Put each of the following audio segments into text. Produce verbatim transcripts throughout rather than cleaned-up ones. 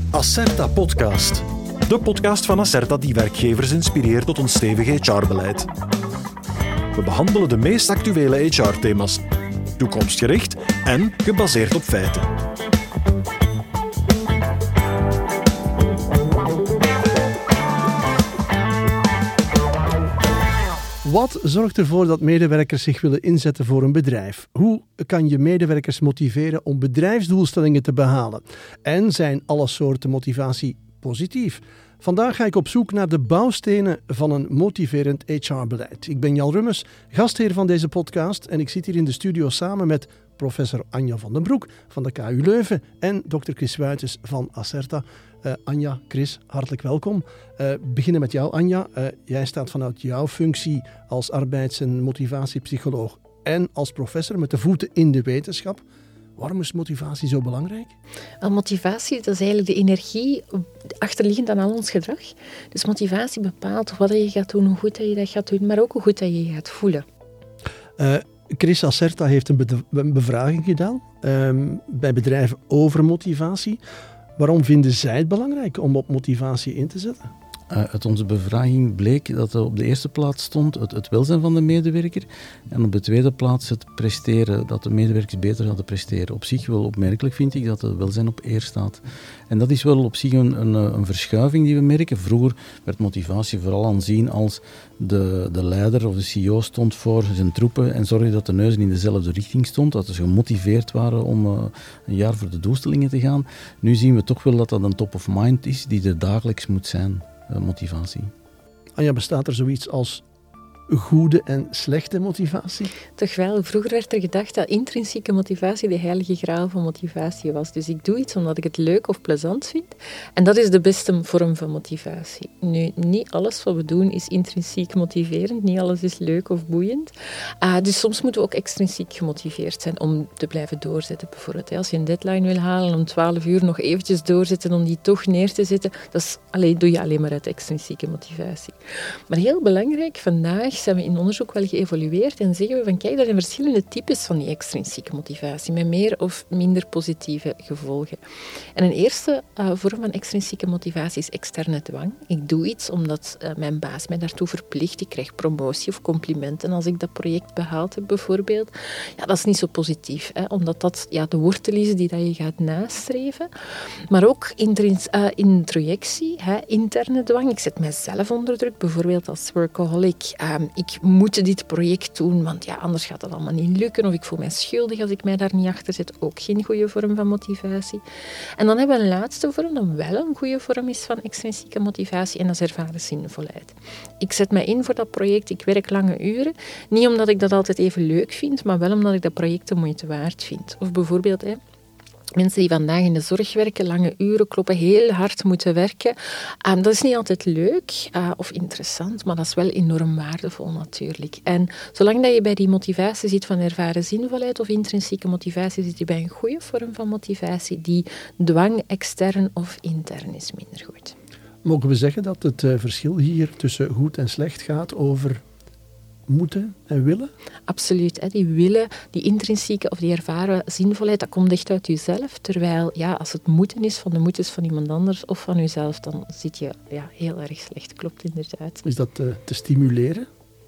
Acerta Podcast. De podcast van Acerta die werkgevers inspireert tot een stevig H R-beleid. We behandelen de meest actuele H R-thema's, toekomstgericht en gebaseerd op feiten. Wat zorgt ervoor dat medewerkers zich willen inzetten voor een bedrijf? Hoe kan je medewerkers motiveren om bedrijfsdoelstellingen te behalen? En zijn alle soorten motivatie positief? Vandaag ga ik op zoek naar de bouwstenen van een motiverend H R-beleid. Ik ben Jan Rummes, gastheer van deze podcast en ik zit hier in de studio samen met professor Anja van den Broek van de K U Leuven en dokter Chris Wuitens van Acerta. Uh, Anja, Chris, hartelijk welkom. Uh, beginnen met jou, Anja. Uh, jij staat vanuit jouw functie als arbeids- en motivatiepsycholoog en als professor met de voeten in de wetenschap. Waarom is motivatie zo belangrijk? Well, motivatie, dat is eigenlijk de energie achterliggend aan al ons gedrag. Dus motivatie bepaalt wat je gaat doen, hoe goed je dat gaat doen, maar ook hoe goed je je gaat voelen. Uh, Chris, Acerta heeft een, be- een bevraging gedaan um, bij bedrijven over motivatie. Waarom vinden zij het belangrijk om op motivatie in te zetten? Uh, uit onze bevraging bleek dat er op de eerste plaats stond het, het welzijn van de medewerker en op de tweede plaats het presteren, dat de medewerkers beter zouden presteren. Op zich wel opmerkelijk vind ik dat het welzijn op eer staat. En dat is wel op zich een, een, een verschuiving die we merken. Vroeger werd motivatie vooral aanzien als de, de leider of de C E O stond voor zijn troepen en zorgde dat de neuzen in dezelfde richting stond, dat ze gemotiveerd waren om uh, een jaar voor de doelstellingen te gaan. Nu zien we toch wel dat dat een top of mind is die er dagelijks moet zijn. Motivatie. Anja, bestaat er zoiets als goede en slechte motivatie? Toch wel. Vroeger werd er gedacht dat intrinsieke motivatie de heilige graal van motivatie was. Dus ik doe iets omdat ik het leuk of plezant vind. En dat is de beste vorm van motivatie. Nu, niet alles wat we doen is intrinsiek motiverend. Niet alles is leuk of boeiend. Uh, dus soms moeten we ook extrinsiek gemotiveerd zijn om te blijven doorzetten. Bijvoorbeeld, als je een deadline wil halen om twaalf uur nog eventjes doorzetten om die toch neer te zetten, dat is, allee, doe je alleen maar uit extrinsieke motivatie. Maar heel belangrijk, vandaag zijn we in onderzoek wel geëvolueerd en zeggen we van kijk, er zijn verschillende types van die extrinsieke motivatie met meer of minder positieve gevolgen. En een eerste uh, vorm van extrinsieke motivatie is externe dwang. Ik doe iets omdat uh, mijn baas mij daartoe verplicht. Ik krijg promotie of complimenten als ik dat project behaald heb bijvoorbeeld. Ja, dat is niet zo positief, hè, omdat dat ja, de wortel is die dat je gaat nastreven. Maar ook intrins- uh, introjectie, hè, interne dwang. Ik zet mijzelf onder druk, bijvoorbeeld als workaholic. Um, ik moet dit project doen, want ja, anders gaat het allemaal niet lukken. Of ik voel mij schuldig als ik mij daar niet achter zet. Ook geen goede vorm van motivatie. En dan hebben we een laatste vorm, dat wel een goede vorm is van extrinsieke motivatie. En dat is ervaren zinvolheid. Ik zet mij in voor dat project, ik werk lange uren. Niet omdat ik dat altijd even leuk vind, maar wel omdat ik dat project de moeite waard vind. Of bijvoorbeeld... Hè, mensen die vandaag in de zorg werken, lange uren kloppen, heel hard moeten werken. Um, dat is niet altijd leuk uh, of interessant, maar dat is wel enorm waardevol natuurlijk. En zolang dat je bij die motivatie zit van ervaren zinvolheid of intrinsieke motivatie, zit je bij een goede vorm van motivatie die dwang extern of intern is minder goed. Mogen we zeggen dat het uh, verschil hier tussen goed en slecht gaat over moeten en willen? Absoluut. Hè. Die willen, die intrinsieke of die ervaren zinvolheid, dat komt echt uit jezelf. Terwijl, ja, als het moeten is van de moeders van iemand anders of van jezelf, dan zit je ja, heel erg slecht. Klopt inderdaad. Is dat uh, te stimuleren?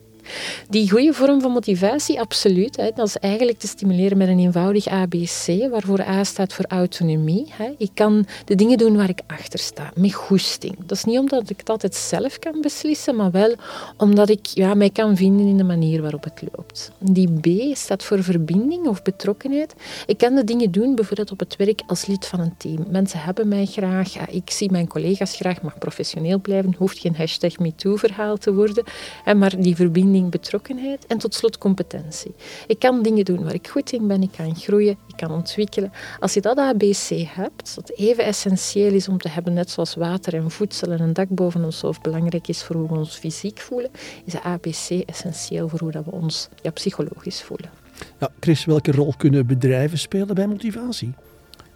Die goede vorm van motivatie, absoluut. Hè. Dat is eigenlijk te stimuleren met een eenvoudig A B C, waarvoor A staat voor autonomie. Hè. Ik kan de dingen doen waar ik achter sta, met goesting. Dat is niet omdat ik het altijd zelf kan beslissen, maar wel omdat ik ja, mij kan vinden in de manier waarop het loopt. Die B staat voor verbinding of betrokkenheid. Ik kan de dingen doen, bijvoorbeeld op het werk, als lid van een team. Mensen hebben mij graag, ja, ik zie mijn collega's graag, mag professioneel blijven, hoeft geen hashtag MeToo-verhaal te worden. Hè, maar die verbinding, betrokkenheid en tot slot competentie. Ik kan dingen doen waar ik goed in ben, ik kan groeien, ik kan ontwikkelen. Als je dat A B C hebt, dat even essentieel is om te hebben, net zoals water en voedsel en een dak boven ons hoofd belangrijk is voor hoe we ons fysiek voelen, is de A B C essentieel voor hoe dat we ons ja, psychologisch voelen. Ja, Chris, welke rol kunnen bedrijven spelen bij motivatie?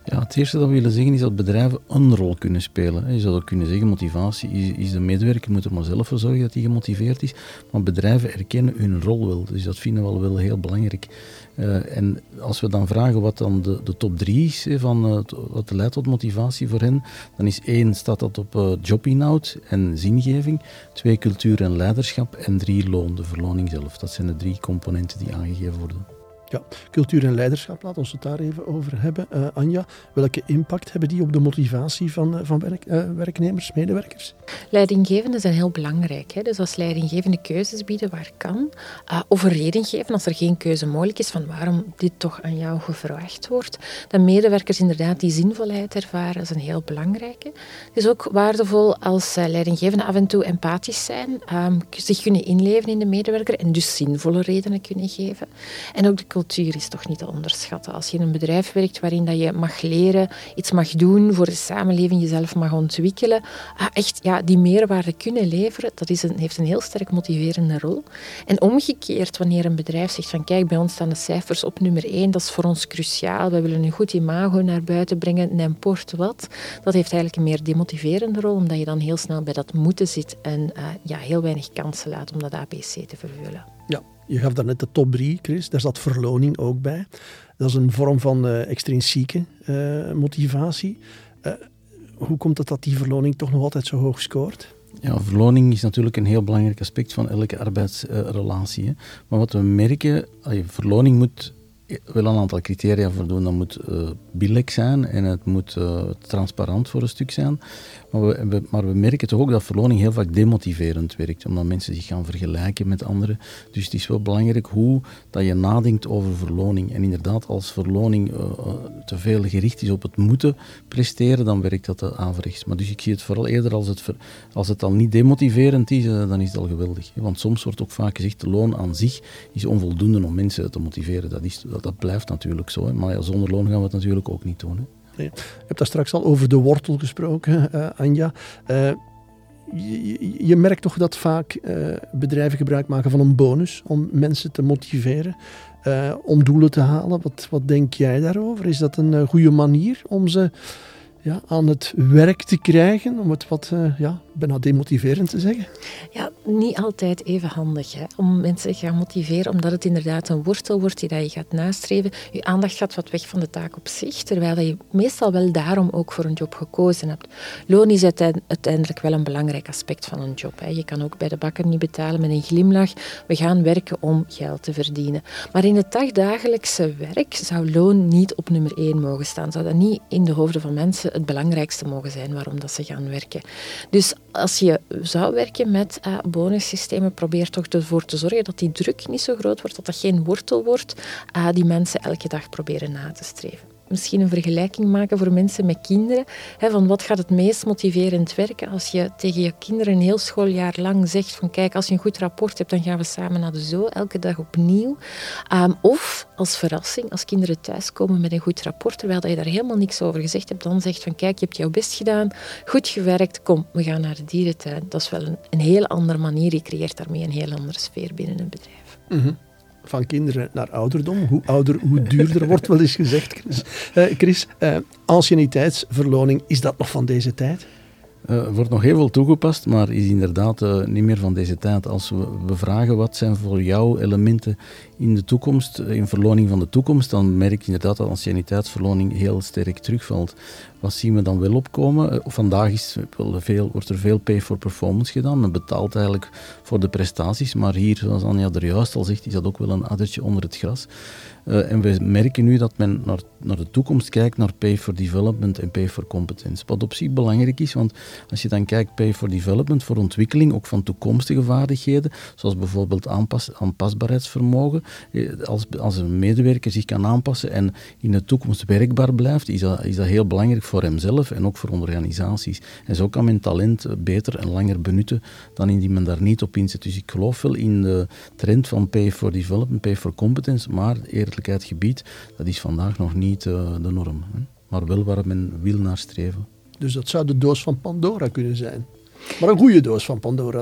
Ja, het eerste dat we willen zeggen is dat bedrijven een rol kunnen spelen. Je zou ook kunnen zeggen, motivatie is, is de medewerker, moet er maar zelf voor zorgen dat hij gemotiveerd is. Maar bedrijven erkennen hun rol wel, dus dat vinden we wel, wel heel belangrijk. Uh, en als we dan vragen wat dan de, de top drie is, hè, van uh, wat leidt tot motivatie voor hen, dan is één, staat dat op uh, jobinhoud en zingeving, twee, cultuur en leiderschap en drie, loon, de verloning zelf. Dat zijn de drie componenten die aangegeven worden. Ja, cultuur en leiderschap, laten we het daar even over hebben. Uh, Anja, welke impact hebben die op de motivatie van, uh, van werk, uh, werknemers, medewerkers? Leidinggevenden zijn heel belangrijk. Hè? Dus als leidinggevende keuzes bieden waar kan, uh, of een reden geven als er geen keuze mogelijk is van waarom dit toch aan jou gevraagd wordt, dan medewerkers inderdaad die zinvolheid ervaren, dat is een heel belangrijke. Het is ook waardevol als uh, leidinggevenden af en toe empathisch zijn, um, zich kunnen inleven in de medewerker en dus zinvolle redenen kunnen geven. En ook de cultuur is toch niet te onderschatten. Als je in een bedrijf werkt waarin dat je mag leren, iets mag doen voor de samenleving, jezelf mag ontwikkelen, ah, echt ja, die meerwaarde kunnen leveren, dat is een, heeft een heel sterk motiverende rol. En omgekeerd, wanneer een bedrijf zegt van kijk, bij ons staan de cijfers op nummer één, dat is voor ons cruciaal, we willen een goed imago naar buiten brengen, n'importe wat, dat heeft eigenlijk een meer demotiverende rol, omdat je dan heel snel bij dat moeten zit en uh, ja, heel weinig kansen laat om dat A B C te vervullen. Ja. Je gaf daarnet de top drie, Chris. Daar zat verloning ook bij. Dat is een vorm van uh, extrinsieke uh, motivatie. Uh, hoe komt het dat die verloning toch nog altijd zo hoog scoort? Ja, verloning is natuurlijk een heel belangrijk aspect van elke arbeidsrelatie. Uh, maar wat we merken, uh, verloning moet wel een aantal criteria voldoen. Dat moet uh, billijk zijn en het moet uh, transparant voor een stuk zijn. Maar we, we, maar we merken toch ook dat verloning heel vaak demotiverend werkt, omdat mensen zich gaan vergelijken met anderen. Dus het is wel belangrijk hoe dat je nadenkt over verloning. En inderdaad, als verloning uh, te veel gericht is op het moeten presteren, dan werkt dat uh, averechts. Maar dus ik zie het vooral eerder als het, ver, als het al niet demotiverend is, uh, dan is het al geweldig. Want soms wordt ook vaak gezegd, de loon aan zich is onvoldoende om mensen te motiveren. Dat, is, dat, dat blijft natuurlijk zo. Hè. Maar ja, zonder loon gaan we het natuurlijk ook niet doen. Hè. Nee. Je hebt daar straks al over de wortel gesproken, uh, Anja. Uh, je, je merkt toch dat vaak uh, bedrijven gebruik maken van een bonus om mensen te motiveren, uh, om doelen te halen. Wat, wat denk jij daarover? Is dat een uh, goede manier om ze ja, aan het werk te krijgen, om het wat uh, ja, bijna demotiverend te zeggen? Ja, niet altijd even handig hè, om mensen te gaan motiveren, omdat het inderdaad een wortel wordt die dat je gaat nastreven. Je aandacht gaat wat weg van de taak op zich, terwijl je meestal wel daarom ook voor een job gekozen hebt. Loon is uiteindelijk wel een belangrijk aspect van een job. Hè. Je kan ook bij de bakker niet betalen met een glimlach. We gaan werken om geld te verdienen. Maar in het dagdagelijkse werk zou loon niet op nummer één mogen staan. Zou dat niet in de hoofden van mensen het belangrijkste mogen zijn waarom dat ze gaan werken. Dus als je zou werken met uh, bonussystemen, probeer toch ervoor te zorgen dat die druk niet zo groot wordt, dat dat geen wortel wordt uh, die mensen elke dag proberen na te streven. Misschien een vergelijking maken voor mensen met kinderen. Hè, van wat gaat het meest motiverend werken als je tegen je kinderen een heel schooljaar lang zegt van kijk, als je een goed rapport hebt, dan gaan we samen naar de zoo, elke dag opnieuw. Um, of als verrassing, als kinderen thuiskomen met een goed rapport, terwijl dat je daar helemaal niks over gezegd hebt, dan zegt van kijk, je hebt jouw best gedaan, goed gewerkt, kom, we gaan naar de dierentuin. Dat is wel een, een heel andere manier. Je creëert daarmee een heel andere sfeer binnen een bedrijf. Mm-hmm. Van kinderen naar ouderdom. Hoe ouder, hoe duurder wordt wel eens gezegd, Chris. Uh, Chris, uh, anciëniteitsverloning, is dat nog van deze tijd? Uh, wordt nog heel veel toegepast, maar is inderdaad uh, niet meer van deze tijd. Als we, we vragen wat zijn voor jou elementen in de toekomst, in verloning van de toekomst, dan merk je inderdaad dat anciëniteitsverloning heel sterk terugvalt. Wat zien we dan wel opkomen? Uh, vandaag is wel veel, wordt er veel pay for performance gedaan. Men betaalt eigenlijk voor de prestaties, maar hier, zoals Anja er juist al zegt, is dat ook wel een addertje onder het gras. Uh, en we merken nu dat men naar, naar de toekomst kijkt, naar pay for development en pay for competence. Wat op zich belangrijk is, want als je dan kijkt pay for development, voor ontwikkeling, ook van toekomstige vaardigheden, zoals bijvoorbeeld aanpas, aanpasbaarheidsvermogen, als, als een medewerker zich kan aanpassen en in de toekomst werkbaar blijft, is dat, is dat heel belangrijk voor hemzelf en ook voor organisaties. En zo kan men talent beter en langer benutten dan indien men daar niet op inzet. Dus ik geloof wel in de trend van pay for development, pay for competence, maar eerlijkheidsgebied, dat is vandaag nog niet uh, de norm. Hè? Maar wel waar men wil naar streven. Dus dat zou de doos van Pandora kunnen zijn. Maar een goede doos van Pandora dan?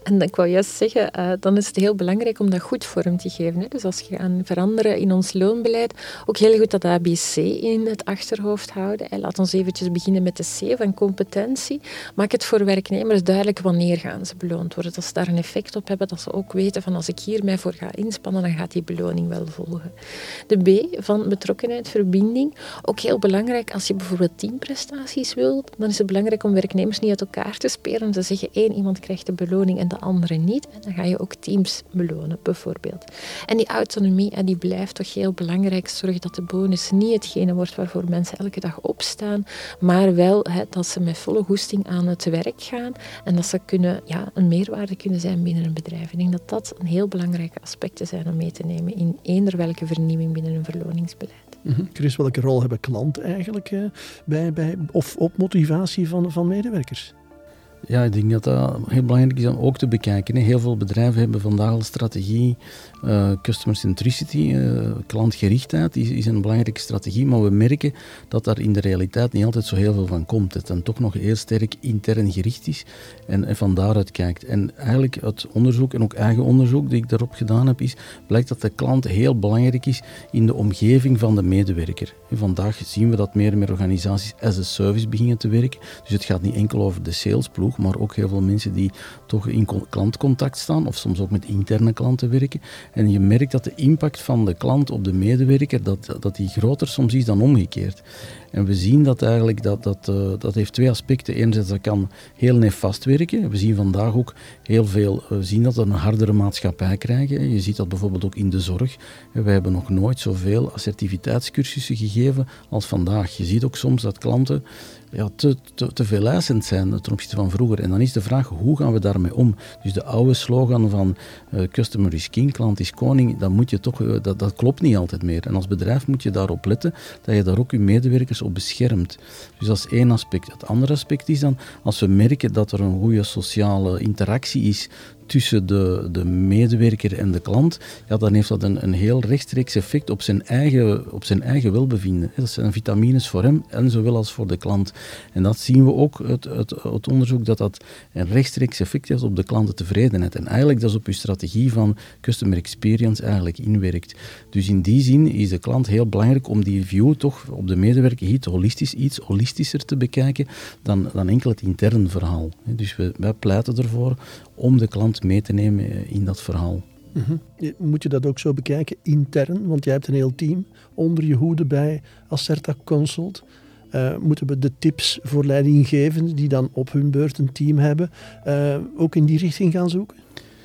En ik wou juist zeggen, uh, dan is het heel belangrijk om dat goed vorm te geven. Hè. Dus als je gaat veranderen in ons loonbeleid, ook heel goed dat A B C in het achterhoofd houden. Hè. Laat ons eventjes beginnen met de C van competentie. Maak het voor werknemers duidelijk wanneer gaan ze beloond worden. Dat ze daar een effect op hebben, dat ze ook weten van als ik hier mij voor ga inspannen, dan gaat die beloning wel volgen. De B van betrokkenheid, verbinding. Ook heel belangrijk, als je bijvoorbeeld teamprestaties wil, dan is het belangrijk om werknemers niet uit elkaar te spelen. Om te zeggen, één iemand krijgt de beloning en de andere niet. En dan ga je ook teams belonen, bijvoorbeeld. En die autonomie, die blijft toch heel belangrijk. Zorg dat de bonus niet hetgene wordt waarvoor mensen elke dag opstaan, maar wel hè, dat ze met volle goesting aan het werk gaan en dat ze kunnen, ja, een meerwaarde kunnen zijn binnen een bedrijf. Ik denk dat dat een heel belangrijke aspecten zijn om mee te nemen in eender welke vernieuwing binnen een verloningsbeleid. Mm-hmm. Chris, welke rol hebben klanten eigenlijk eh, bij, bij, of op motivatie van, van medewerkers? Ja, ik denk dat dat heel belangrijk is om ook te bekijken. Heel veel bedrijven hebben vandaag al strategie, uh, customer centricity, uh, klantgerichtheid is, is een belangrijke strategie, maar we merken dat daar in de realiteit niet altijd zo heel veel van komt. Het dan toch nog heel sterk intern gericht is en, en van daaruit kijkt. En eigenlijk uit onderzoek en ook eigen onderzoek dat ik daarop gedaan heb, is, blijkt dat de klant heel belangrijk is in de omgeving van de medewerker. En vandaag zien we dat meer en meer organisaties as a service beginnen te werken. Dus het gaat niet enkel over de salesploeg, maar ook heel veel mensen die toch in klantcontact staan of soms ook met interne klanten werken. En je merkt dat de impact van de klant op de medewerker, dat, dat die groter soms is dan omgekeerd. En we zien dat eigenlijk, dat, dat, uh, dat heeft twee aspecten. Enerzijds, dat kan heel nefast werken. We zien vandaag ook heel veel, uh, zien dat we een hardere maatschappij krijgen. Je ziet dat bijvoorbeeld ook in de zorg. Wij hebben nog nooit zoveel assertiviteitscursussen gegeven als vandaag. Je ziet ook soms dat klanten ja, te, te, te veel eisend zijn ten opzichte van vroeger. En dan is de vraag, hoe gaan we daarmee om? Dus de oude slogan van uh, customer is king, klant is koning, dat, moet je toch, uh, dat, dat klopt niet altijd meer. En als bedrijf moet je daarop letten dat je daar ook je medewerkers op beschermt. Dus dat is één aspect. Het andere aspect is dan, als we merken dat er een goede sociale interactie is tussen de, de medewerker en de klant, ja, dan heeft dat een, een heel rechtstreeks effect op zijn eigen, op zijn eigen welbevinden. Dat zijn vitamines voor hem en zowel als voor de klant. En dat zien we ook uit, uit, uit onderzoek, dat dat een rechtstreeks effect heeft op de klantentevredenheid. En eigenlijk dat is op je strategie van customer experience eigenlijk inwerkt. Dus in die zin is de klant heel belangrijk om die view toch op de medewerker iets holistisch, iets holistischer te bekijken dan, dan enkel het intern verhaal. Dus we, wij pleiten ervoor om de klant mee te nemen in dat verhaal. Mm-hmm. Moet je dat ook zo bekijken, intern? Want jij hebt een heel team onder je hoede bij Acerta Consult. Uh, moeten we de tips voor leidinggevenden die dan op hun beurt een team hebben, uh, ook in die richting gaan zoeken?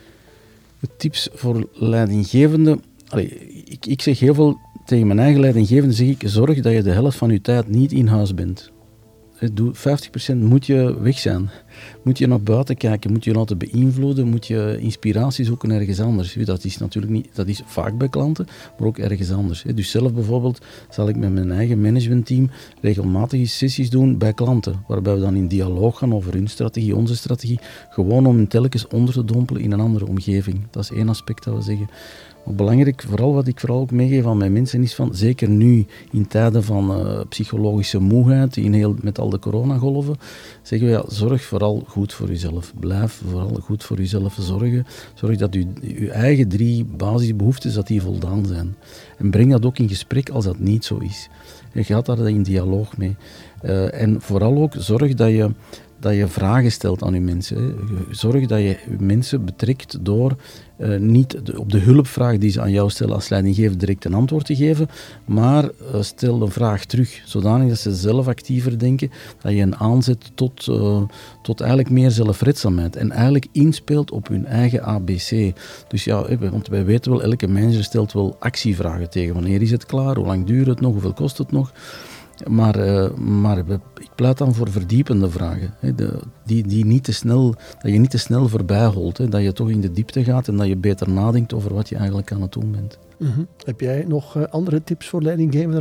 De tips voor leidinggevenden... Allee, ik, ik zeg heel veel tegen mijn eigen leidinggevende, zeg ik, zorg dat je de helft van je tijd niet in huis bent. vijftig procent moet je weg zijn. Moet je naar buiten kijken, moet je laten beïnvloeden, moet je inspiratie zoeken ergens anders. Dat is natuurlijk niet, dat is vaak bij klanten, maar ook ergens anders. Dus zelf bijvoorbeeld zal ik met mijn eigen managementteam regelmatig sessies doen bij klanten, waarbij we dan in dialoog gaan over hun strategie, onze strategie, gewoon om hen telkens onder te dompelen in een andere omgeving. Dat is één aspect dat we zeggen. Maar belangrijk, vooral wat ik vooral ook meegeef aan mijn mensen, is van, zeker nu in tijden van uh, psychologische moeheid, in heel, met al de coronagolven, zeggen we, ja, zorg vooral goed voor jezelf. Blijf vooral goed voor jezelf zorgen. Zorg dat je, je eigen drie basisbehoeftes, dat die voldaan zijn. En breng dat ook in gesprek als dat niet zo is. Je gaat daar in dialoog mee. Uh, en vooral ook zorg dat je dat je vragen stelt aan je mensen. Hè. Zorg dat je je mensen betrekt door uh, niet de, op de hulpvraag die ze aan jou stellen als leidinggever direct een antwoord te geven, maar uh, stel een vraag terug, zodanig dat ze zelf actiever denken, dat je hen aanzet tot, uh, tot eigenlijk meer zelfredzaamheid en eigenlijk inspeelt op hun eigen A B C. Dus ja, want wij weten wel, elke manager stelt wel actievragen tegen. Wanneer is het klaar? Hoe lang duurt het nog? Hoeveel kost het nog? Maar, uh, maar ik pleit dan voor verdiepende vragen. Hè, de, die, die niet te snel, dat je niet te snel voorbij holt. Hè, dat je toch in de diepte gaat en dat je beter nadenkt over wat je eigenlijk aan het doen bent. Mm-hmm. Heb jij nog uh, andere tips voor leidinggevenden, Anja?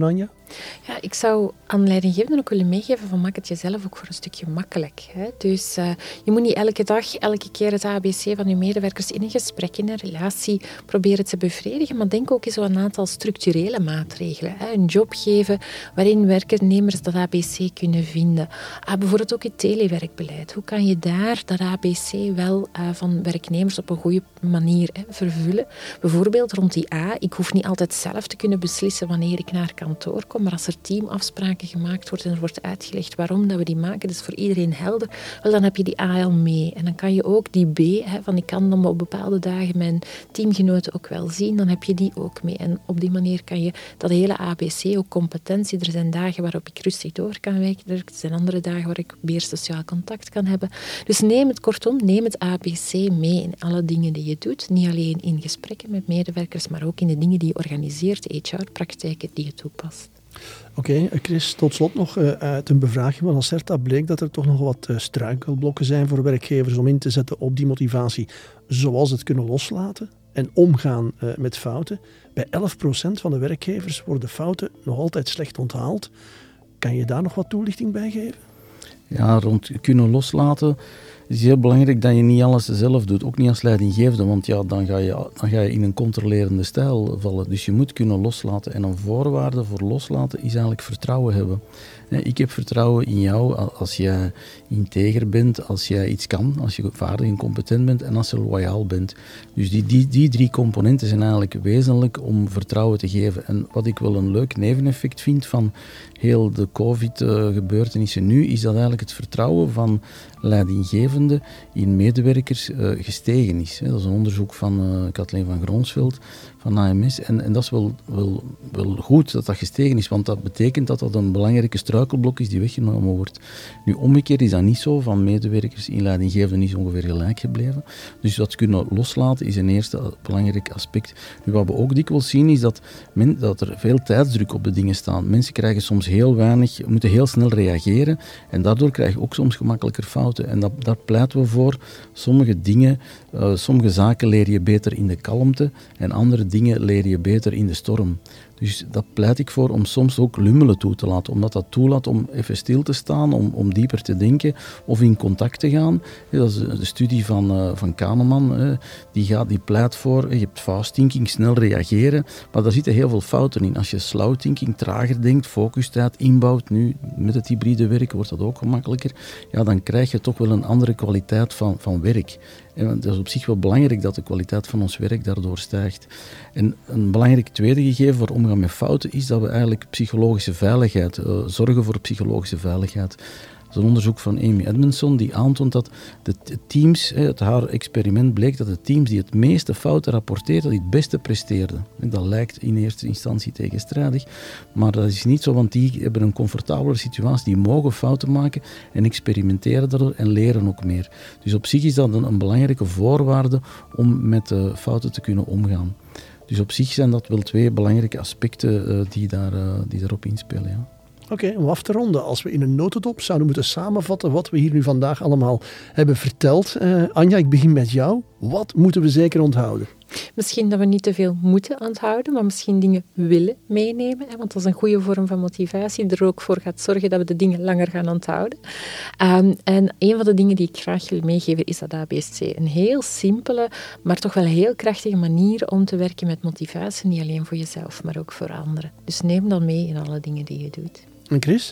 Ja, ik zou aan leidinggevenden ook willen meegeven van maak het jezelf ook voor een stukje makkelijk. Hè? Dus uh, je moet niet elke dag, elke keer het A B C van je medewerkers in een gesprek, in een relatie proberen te bevredigen, maar denk ook eens aan een aantal structurele maatregelen. Hè? Een job geven waarin werknemers dat A B C kunnen vinden. Uh, bijvoorbeeld ook het telewerkbeleid. Hoe kan je daar dat A B C wel uh, van werknemers op een goede manier hè, vervullen? Bijvoorbeeld rond die A, ik hoef niet altijd zelf te kunnen beslissen wanneer ik naar kantoor kom, maar als er teamafspraken gemaakt worden en er wordt uitgelegd waarom dat we die maken, dus voor iedereen helder, wel, dan heb je die A al mee. En dan kan je ook die B, hè, van ik kan dan op bepaalde dagen mijn teamgenoten ook wel zien, dan heb je die ook mee. En op die manier kan je dat hele A B C, ook competentie, er zijn dagen waarop ik rustig door kan werken, er zijn andere dagen waar ik meer sociaal contact kan hebben. Dus neem het kortom, neem het A B C mee in alle dingen die je doet, niet alleen in gesprekken met medewerkers, maar ook in de dingen die je organiseert, H R-praktijken die je toepast. Oké, okay, Chris, tot slot nog uh, uit een bevraging van Acerta bleek dat er toch nog wat uh, struikelblokken zijn voor werkgevers om in te zetten op die motivatie, zoals het kunnen loslaten en omgaan uh, met fouten. Bij elf procent van de werkgevers worden fouten nog altijd slecht onthaald. Kan je daar nog wat toelichting bij geven? Ja, rond kunnen loslaten is heel belangrijk dat je niet alles zelf doet, ook niet als leidinggevende, want ja, dan ga je, dan ga je in een controlerende stijl vallen. Dus je moet kunnen loslaten en een voorwaarde voor loslaten is eigenlijk vertrouwen hebben. Ik heb vertrouwen in jou als jij integer bent, als jij iets kan, als je vaardig en competent bent en als je loyaal bent. Dus die, die, die drie componenten zijn eigenlijk wezenlijk om vertrouwen te geven. En wat ik wel een leuk neveneffect vind van heel de COVID-gebeurtenissen nu, is dat eigenlijk het vertrouwen van leidinggevenden in medewerkers uh, gestegen is. Dat is een onderzoek van uh, Kathleen van Groonsveld van A M S. En, en dat is wel, wel, wel goed dat dat gestegen is, want dat betekent dat dat een belangrijke struikelblok is die weggenomen wordt. Nu, omgekeerd is dat niet zo. Van medewerkers in leidinggevenden is ongeveer gelijk gebleven. Dus dat kunnen loslaten is een eerste belangrijk aspect. Nu, wat we ook dikwijls zien is dat, men, dat er veel tijdsdruk op de dingen staan. Mensen krijgen soms heel weinig, moeten heel snel reageren en daardoor krijg je ook soms gemakkelijker fouten. En dat, daar pleiten we voor. Sommige dingen, uh, sommige zaken leer je beter in de kalmte en andere dingen leer je beter in de storm. Dus dat pleit ik voor om soms ook lummelen toe te laten, omdat dat toelaat om even stil te staan, om, om dieper te denken of in contact te gaan. Dat is de studie van, uh, van Kahneman, die, gaat, die pleit voor, je hebt fast thinking, snel reageren, maar daar zitten heel veel fouten in. Als je slow thinking, trager denkt, focustijd inbouwt, nu met het hybride werken wordt dat ook gemakkelijker, ja, dan krijg je toch wel een andere kwaliteit van, van werk. En het is op zich wel belangrijk dat de kwaliteit van ons werk daardoor stijgt. En een belangrijk tweede gegeven voor omgaan met fouten is dat we eigenlijk psychologische veiligheid, uh, zorgen voor psychologische veiligheid. Dat is een onderzoek van Amy Edmondson die aantoont dat de teams, uit haar experiment bleek dat de teams die het meeste fouten rapporteerden, die het beste presteerden. En dat lijkt in eerste instantie tegenstrijdig, maar dat is niet zo, want die hebben een comfortabelere situatie, die mogen fouten maken en experimenteren daardoor en leren ook meer. Dus op zich is dat een, een belangrijke voorwaarde om met uh, fouten te kunnen omgaan. Dus op zich zijn dat wel twee belangrijke aspecten uh, die, daar, uh, die daarop inspelen, ja. Oké, okay, om af te ronden, als we in een notendop zouden moeten samenvatten wat we hier nu vandaag allemaal hebben verteld. Uh, Anja, ik begin met jou. Wat moeten we zeker onthouden? Misschien dat we niet te veel moeten onthouden, maar misschien dingen willen meenemen. Hè, want dat is een goede vorm van motivatie, die er ook voor gaat zorgen dat we de dingen langer gaan onthouden. Um, en een van de dingen die ik graag wil meegeven is dat A B C. Een heel simpele, maar toch wel heel krachtige manier om te werken met motivatie. Niet alleen voor jezelf, maar ook voor anderen. Dus neem dat mee in alle dingen die je doet. En Chris?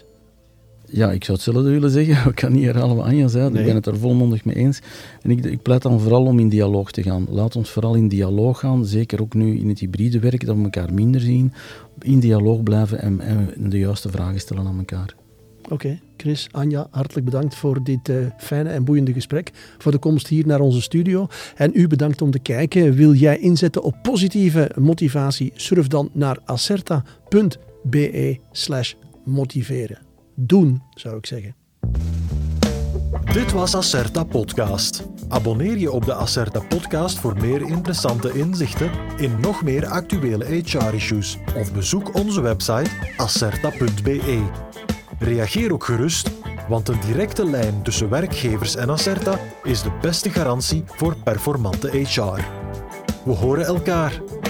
Ja, ik zou hetzelfde willen zeggen. Ik kan niet herhalen wat Anja zei. Nee. Ik ben het er volmondig mee eens. En ik, ik pleit dan vooral om in dialoog te gaan. Laat ons vooral in dialoog gaan. Zeker ook nu in het hybride werk, dat we elkaar minder zien. In dialoog blijven en, en de juiste vragen stellen aan elkaar. Oké, okay. Chris, Anja, hartelijk bedankt voor dit uh, fijne en boeiende gesprek. Voor de komst hier naar onze studio. En u bedankt om te kijken. Wil jij inzetten op positieve motivatie? Surf dan naar acerta punt be slash motiveren. Doen, zou ik zeggen. Dit was Acerta Podcast. Abonneer je op de Acerta Podcast voor meer interessante inzichten in nog meer actuele H R-issues of bezoek onze website acerta punt be. Reageer ook gerust, want een directe lijn tussen werkgevers en Acerta is de beste garantie voor performante H R. We horen elkaar.